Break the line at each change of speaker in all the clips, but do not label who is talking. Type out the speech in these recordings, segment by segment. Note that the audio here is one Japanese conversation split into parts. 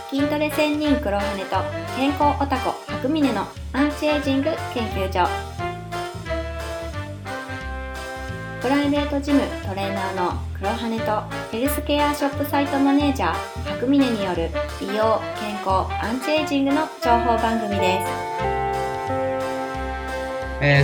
筋トレ仙人黒羽と健康オタコ白峰のアンチエイジング研究所。プライベートジムトレーナーの黒羽とヘルスケアショップサイトマネージャー白峰による美容・健康・アンチエイジングの情報番組です。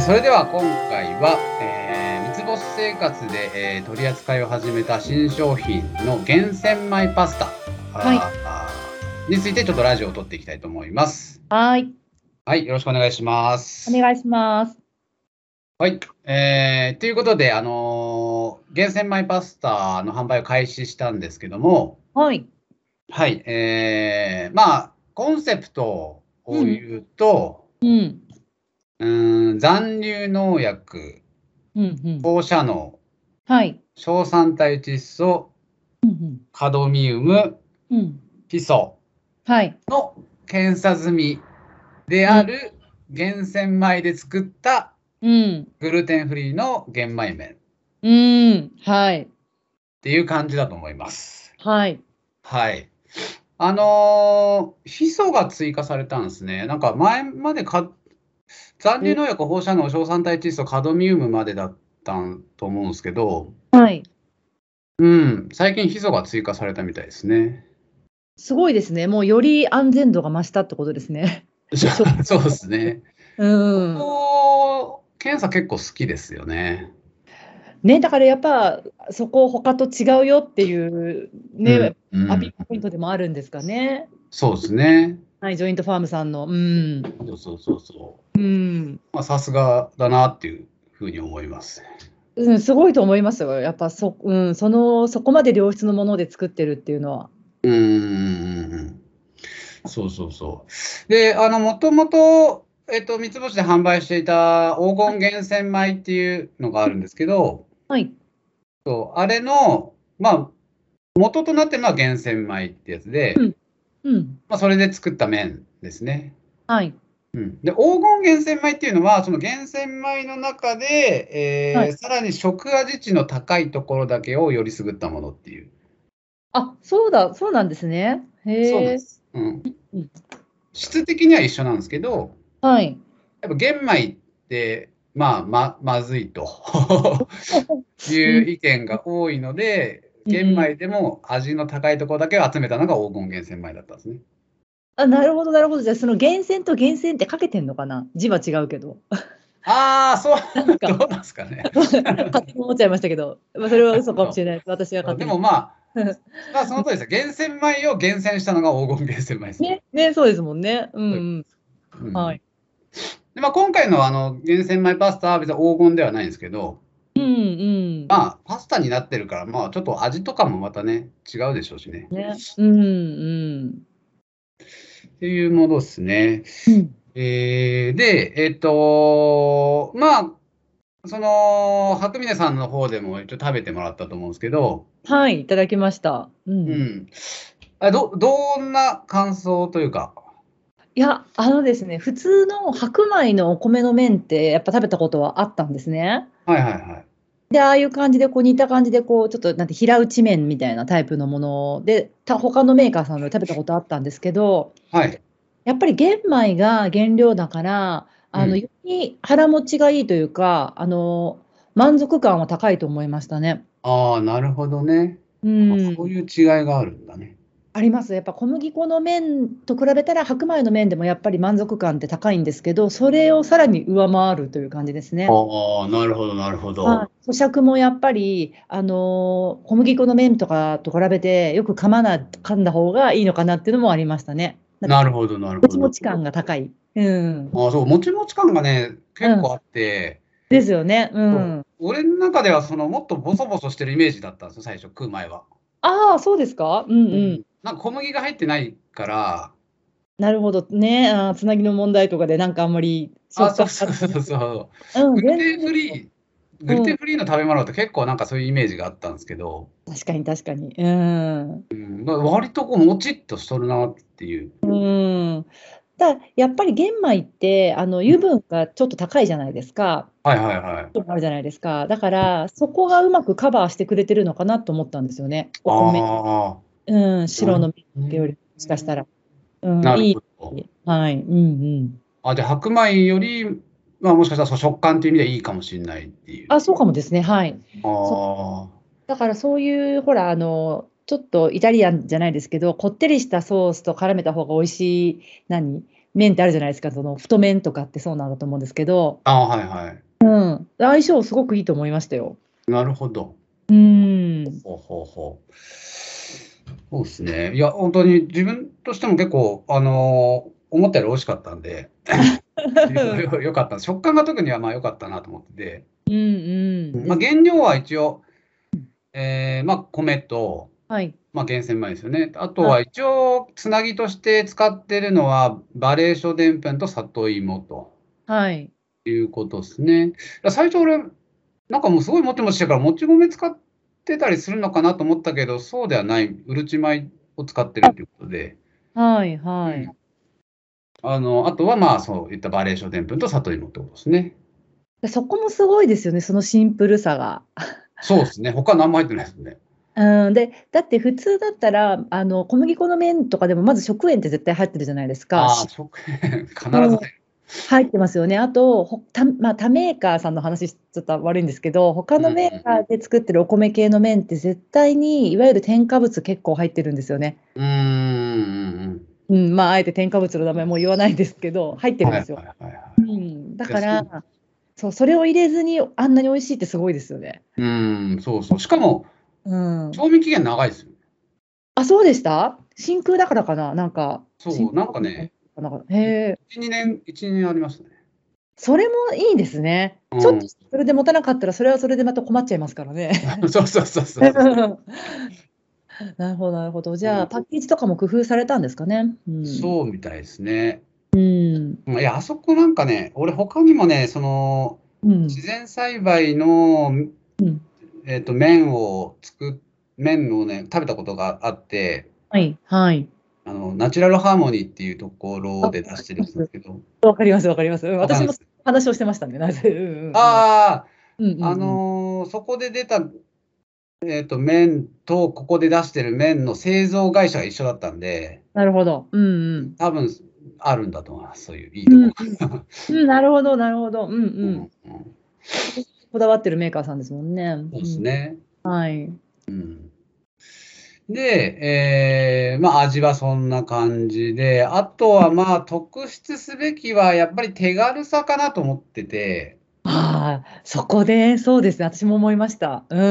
それでは今回は、三つ星生活で、取り扱いを始めた新商品の厳選米パスタ、についてちょっとラジオを撮っていきたいと思います。
はい。
はい、よろしくお願いします。
お願いします。
はい。ということで、厳選米パスタの販売を開始したんですけども、
はい。
はい。コンセプトを言うと、残留農薬、放射能、硝酸体窒素、カドミウム、ヒ素の検査済みである厳選米で作ったグルテンフリーの玄米麺っていう感じだと思います。はい。ヒ素が追加されたんですね。なんか前まで残留農薬、放射能、硝酸体窒素、カドミウムまでだったと思うんですけど、最近ヒ素が追加されたみたいですね。
すごいですね。もうより安全度が増したってことですね。
そうですね。検査結構好きですよね。
だからやっぱそこ他と違うよっていうね、アピールポイントでもあるんですかね。
そうですね。
ジョイントファームさんの。
さすがだなっていうふうに思います。
すごいと思いますよ。やっぱそこまで良質のもので作ってるっていうのは。
で、もともと、三つ星で販売していた黄金厳選米っていうのがあるんですけど、あれの、元となってるのは厳選米ってやつで、それで作った麺ですね。で、黄金厳選米っていうのは、その厳選米の中で、さらに食味値の高いところだけをよりすぐったものっていう。
そうなんですね。
そうです。質的には一緒なんですけど、やっぱ玄米って、まずいという意見が多いので、玄米でも味の高いところだけを集めたのが黄金厳選米だったんですね。
なるほど、なるほど。じゃあその厳選と厳選ってかけてんのかな？字は違うけど。
そう、どうなんですかね。
勝手に思っちゃいましたけど、それは嘘かもしれないです。私は勝手に。
でもその通りですよ。厳選米を厳選したのが黄金厳選米ですね。
そうですもんね。
今回の厳選米パスタは別に黄金ではないんですけど、パスタになってるから、ちょっと味とかもまたね、違うでしょうしね。っていうものですね。で、その白峰さんの方でも一応食べてもらったと思うんですけど、
いただきました。
どんな感想というか。
いや、ですね、普通の白米のお米の麺ってやっぱ食べたことはあったんですね。で、ああいう感じで似た感じでちょっとなんて平打ち麺みたいなタイプのもので他のメーカーさんで食べたことあったんですけど、やっぱり玄米が原料だからより腹持ちがいいというか満足感は高いと思いましたね。
なるほどね。そういう違いがあるんだね。
あります。やっぱ小麦粉の麺と比べたら白米の麺でもやっぱり満足感って高いんですけど、それをさらに上回るという感じですね。
なるほど、なるほど。
咀嚼もやっぱり小麦粉の麺とかと比べてよく噛んだ方がいいのかなっていうのもありましたね。
なるほど、なるほど。
もちもち感が高い。
そう、もちもち感がね、結構あって。
ですよね。
俺の中ではもっとボソボソしてるイメージだったんですよ、最初食う前は。
そうですか？
なんか小麦が入ってないから。
なるほどね。つなぎの問題とかでなんかあんまり
そう。グルテンフリーの食べ物って結構なんかそういうイメージがあったんですけど。
確かに確かに。
割ともちっとしとるなっていう。
やっぱり玄米って油分がちょっと高いじゃないですか。あるじゃないですか。だからそこがうまくカバーしてくれてるのかなと思ったんですよね。お米。白の麺よりしかしたら。
なるほど。
はい。じ
ゃあ白米より、もしかしたら食感という意味でいいかもしれないっていう。
そうかもですね。はい。だからそういう、ほら、ちょっとイタリアンじゃないですけど、こってりしたソースと絡めた方が美味しい、麺ってあるじゃないですか。その太麺とかってそうなんだと思うんですけど。
はいはい。
相性すごくいいと思いましたよ。
なるほど。そうですね。いや、本当に自分としても結構、思ったより美味しかったんで、よかった。食感が特には良かったなと思ってて。原料は一応、米と、厳選米ですよね。あとは一応、つなぎとして使ってるのは、バレー諸でんぷんと里芋と。いうことですね。最初俺、なんかもうすごいもちもちしてから、もち米使ってたりするのかなと思ったけど、そうではない、うるち米を使ってるということで。あとはそういったバレー諸でんぷんと里芋ってことですね。
そこもすごいですよね、そのシンプルさが。
そうですね。他何も入ってないですね。
だって普通だったら、小麦粉の麺とかでもまず食塩って絶対入ってるじゃないですか。
食塩、必ず
入ってますよね。あと、他メーカーさんの話ちょっと悪いんですけど、他のメーカーで作ってるお米系の麺って絶対にいわゆる添加物結構入ってるんですよね。あえて添加物の名前も言わないですけど、入ってるんですよ。だから、それを入れずにあんなに美味しいってすごいですよね。
そうそう。しかも、賞味期限長いですよ。
そうでした？真空だからかな、なんか。
そう、なんかね、1、2年ありますね。
それもいいですね。ちょっとそれで持たなかったら、それはそれでまた困っちゃいますからね。
そう。
なるほど、なるほど。じゃあ、パッケージとかも工夫されたんですかね。
そうみたいですね。いや、あそこなんかね、俺他にもね、自然栽培の、麺をね、食べたことがあって、ナチュラルハーモニーっていうところで出してるんですけど。
わかります。私も話をしてましたね、なぜ。
そこで出た、麺とここで出してる麺の製造会社が一緒だったんで。
なるほど。
多分あるんだと思います。そういういいところ。
なるほど。こだわってるメーカーさんですもんね。
そうですね。
はい。
で、味はそんな感じで、あとは特筆すべきはやっぱり手軽さかなと思ってて。
そこで、そうですね。私も思いました。
基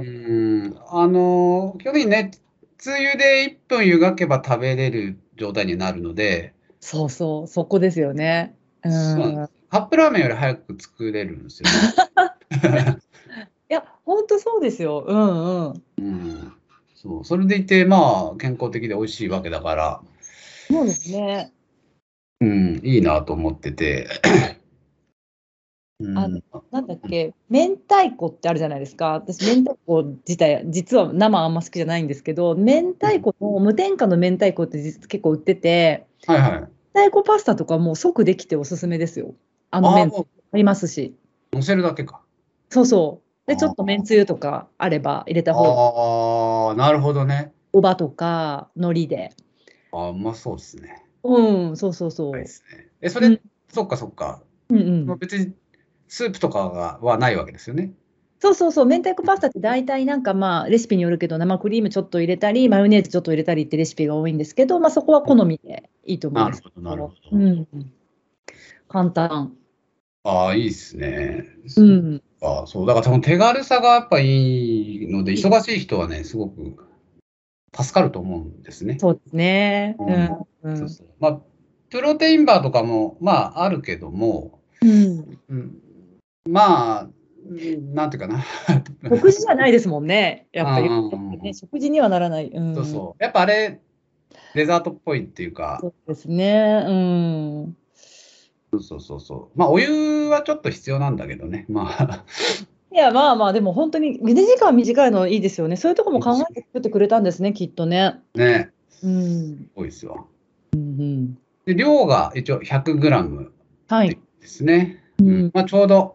本的にね、つゆで1分湯がけば食べれる状態になるので。
そこですよね。
カップラーメンより早く作れるんですよね。
いや、本当そうですよ。
そう、それでいて、健康的で美味しいわけだから。
そうですね。
いいなと思ってて。
なんだっけ、明太子ってあるじゃないですか。私、明太子自体、実は生あんま好きじゃないんですけど、明太子の無添加の明太子って結構売ってて、明太子パスタとかも即できておすすめですよ。麺ありますし。
乗せるだけか。
そう。で、ちょっとめんつゆとかあれば入れた方が。
なるほどね。
おばとか、海苔で。
うまそうですね。
そう。
それ、そっか。別にスープとかはないわけですよね。
そう。明太子パスタって大体レシピによるけど、生クリームちょっと入れたり、マヨネーズちょっと入れたりってレシピが多いんですけど、そこは好みでいいと思います。
なるほど。
簡単。
いいっすね。そう。だからその手軽さがやっぱいいので、忙しい人はね、すごく助かると思うんですね。
そうですね。
プロテインバーとかも、あるけども、なんていうかな。
食事じゃないですもんね。やっぱり、食事にはならない。
そう。やっぱあれ、デザートっぽいっていうか。
そうですね。
そう。お湯はちょっと必要なんだけどね。
いや、でも本当に、茹で時間短いのいいですよね。そういうとこも考えて作ってくれたんですね、きっとね。
ね。すごいですわ。で、量が一応100グラムですね。ちょうど、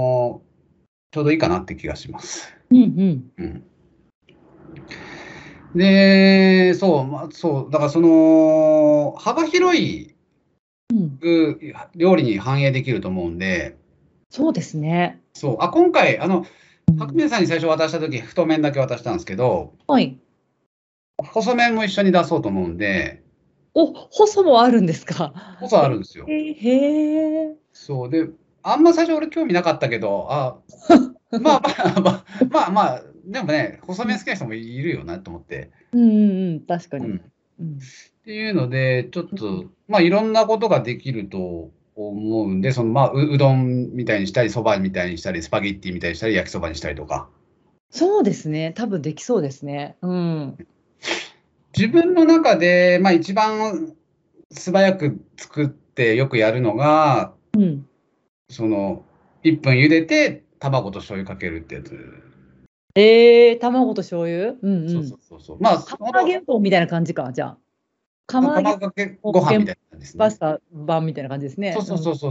ちょうどいいかなって気がします。 で、そう、だからその、幅広い料理に反映できると思うんで、
そうですね。
そう、今回、白宮さんに最初渡したとき、太麺だけ渡したんですけど、
はい。
細麺も一緒に出そうと思うんで、
細もあるんですか？
細あるんですよ。
へえ。
そうで、あんま最初俺興味なかったけど、まあでもね、細麺好きな人もいるよなと思って。
確かに。
っていうので、ちょっと、いろんなことができると思うんで、うどんみたいにしたり、そばみたいにしたり、スパゲッティみたいにしたり、焼きそばにしたりとか。
そうですね。多分できそうですね。
自分の中で、一番素早く作ってよくやるのが、その、1分茹でて、卵と醤油かけるってやつ。
卵と醤油？
そう。
釜揚げうどんみたいな感じか、じゃあ。釜揚げ
かけご飯みたいな感じですね。
パスタ版みたいな感じですね。
そう。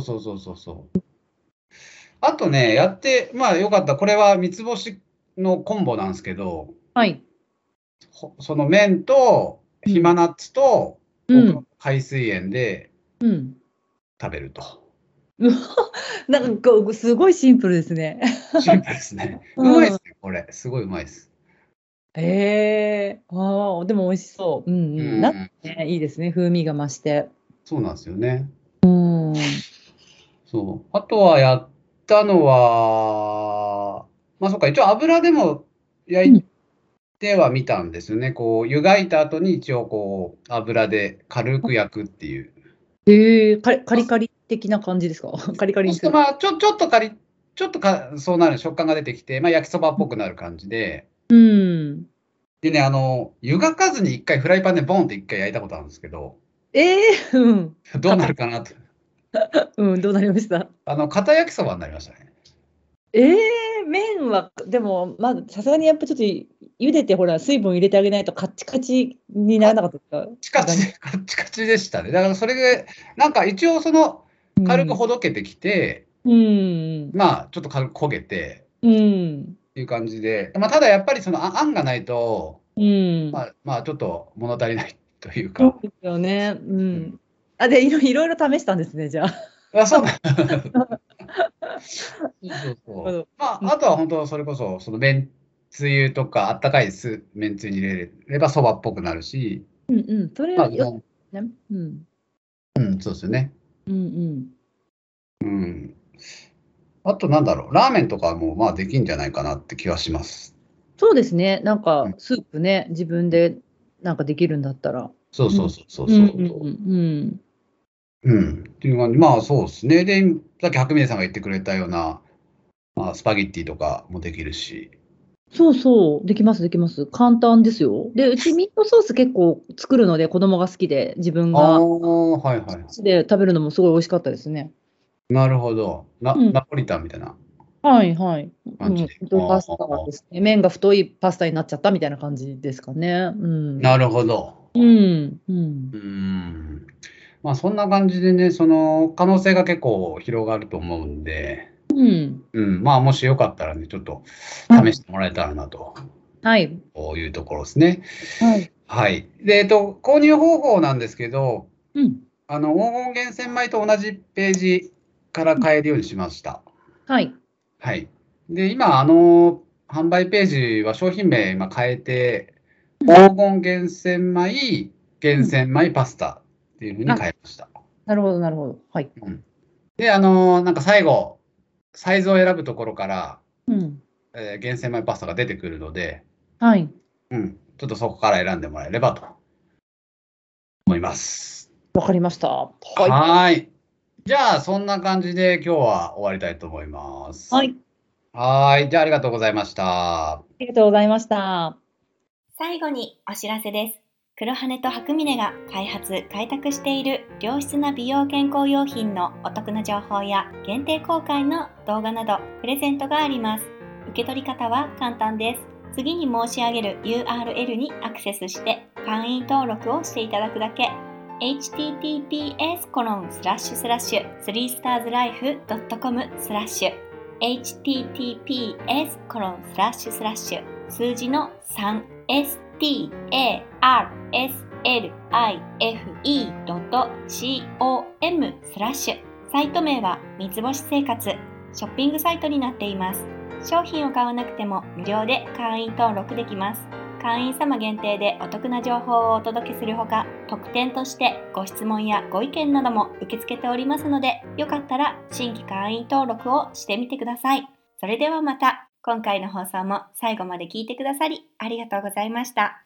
あとね、よかった。これは三つ星のコンボなんですけど、
はい。
その麺と、ひまナッツと、海水塩で食べると。
なんかすごいシンプルですね。
シンプルですね。うまいですね、これ。すごいうまいです。
でも美味しそう。ね、いいですね。風味が増して。
そうなんですよね。そう。あとはやったのは、そうか、一応油でも焼いてはみたんですよね。こう、湯がいた後に一応こう、油で軽く焼くっていう。
カリカリ的な感じですか？カリカリにする。
ちょっとそうなる食感が出てきて、焼きそばっぽくなる感じで。でね、湯がかずに一回フライパンでボンって一回焼いたことあるんですけど、どうなるかなと。
どうなりました？
片焼きそばになりましたね。
麺は、でも、さすがにやっぱちょっと茹でて、ほら、水分入れてあげないとカッチカチにならなかったですか？
カッチカチでしたね。だからそれで、なんか一応軽くほどけてきて、ちょっと軽く焦げて、っていう感じで、ただやっぱりあんがないと、ちょっと物足りないというか。
そうですよね。で、いろいろ試したんですね、じゃあ。
そうあとは本当、それこそ、めんつゆとか、あったかいめんつゆに入れればそばっぽくなるし。
それは
そうですよね。あとなんだろう、ラーメンとかもできんじゃないかなって気はします。
そうですね。なんかスープね、自分でなんかできるんだったら。
そう。っていう感じ。そうですね。で、さっき白峰さんが言ってくれたような、スパゲッティとかもできるし。
そう、できます。簡単ですよ。で、うちミートソース結構作るので、子供が好きで、自分がで食べるのもすごい美味しかったですね。
なるほど。ナポリタンみたいな。
パスタですね。麺が太いパスタになっちゃったみたいな感じですかね。
なるほど。そんな感じでね、可能性が結構広がると思うんで、もしよかったらね、ちょっと試してもらえたらなと。こういうところですね。はい。で、購入方法なんですけど、黄金源泉米と同じページから買えるようにしました。はい。で、今、販売ページは商品名今変えて、黄金源泉米、源泉米パスタっていうふうに変えました。
なるほど。はい。
で、なんか最後、サイズを選ぶところから、源泉米パスタが出てくるので、ちょっとそこから選んでもらえればと思います。
わかりました。
はい。じゃあ、そんな感じで今日は終わりたいと思います。じゃあありがとうございました。
ありがとうございました。
最後にお知らせです。黒羽と白峰が開拓している良質な美容健康用品のお得な情報や限定公開の動画などプレゼントがあります。受け取り方は簡単です。次に申し上げる URL にアクセスして会員登録をしていただくだけ。https://3starslife.com/ https:// 数字の 3 tarslife.com/サイト名は三つ星生活、ショッピングサイトになっています。商品を買わなくても無料で会員登録できます。会員様限定でお得な情報をお届けするほか、特典としてご質問やご意見なども受け付けておりますので、よかったら新規会員登録をしてみてください。それではまた。今回の放送も最後まで聞いてくださりありがとうございました。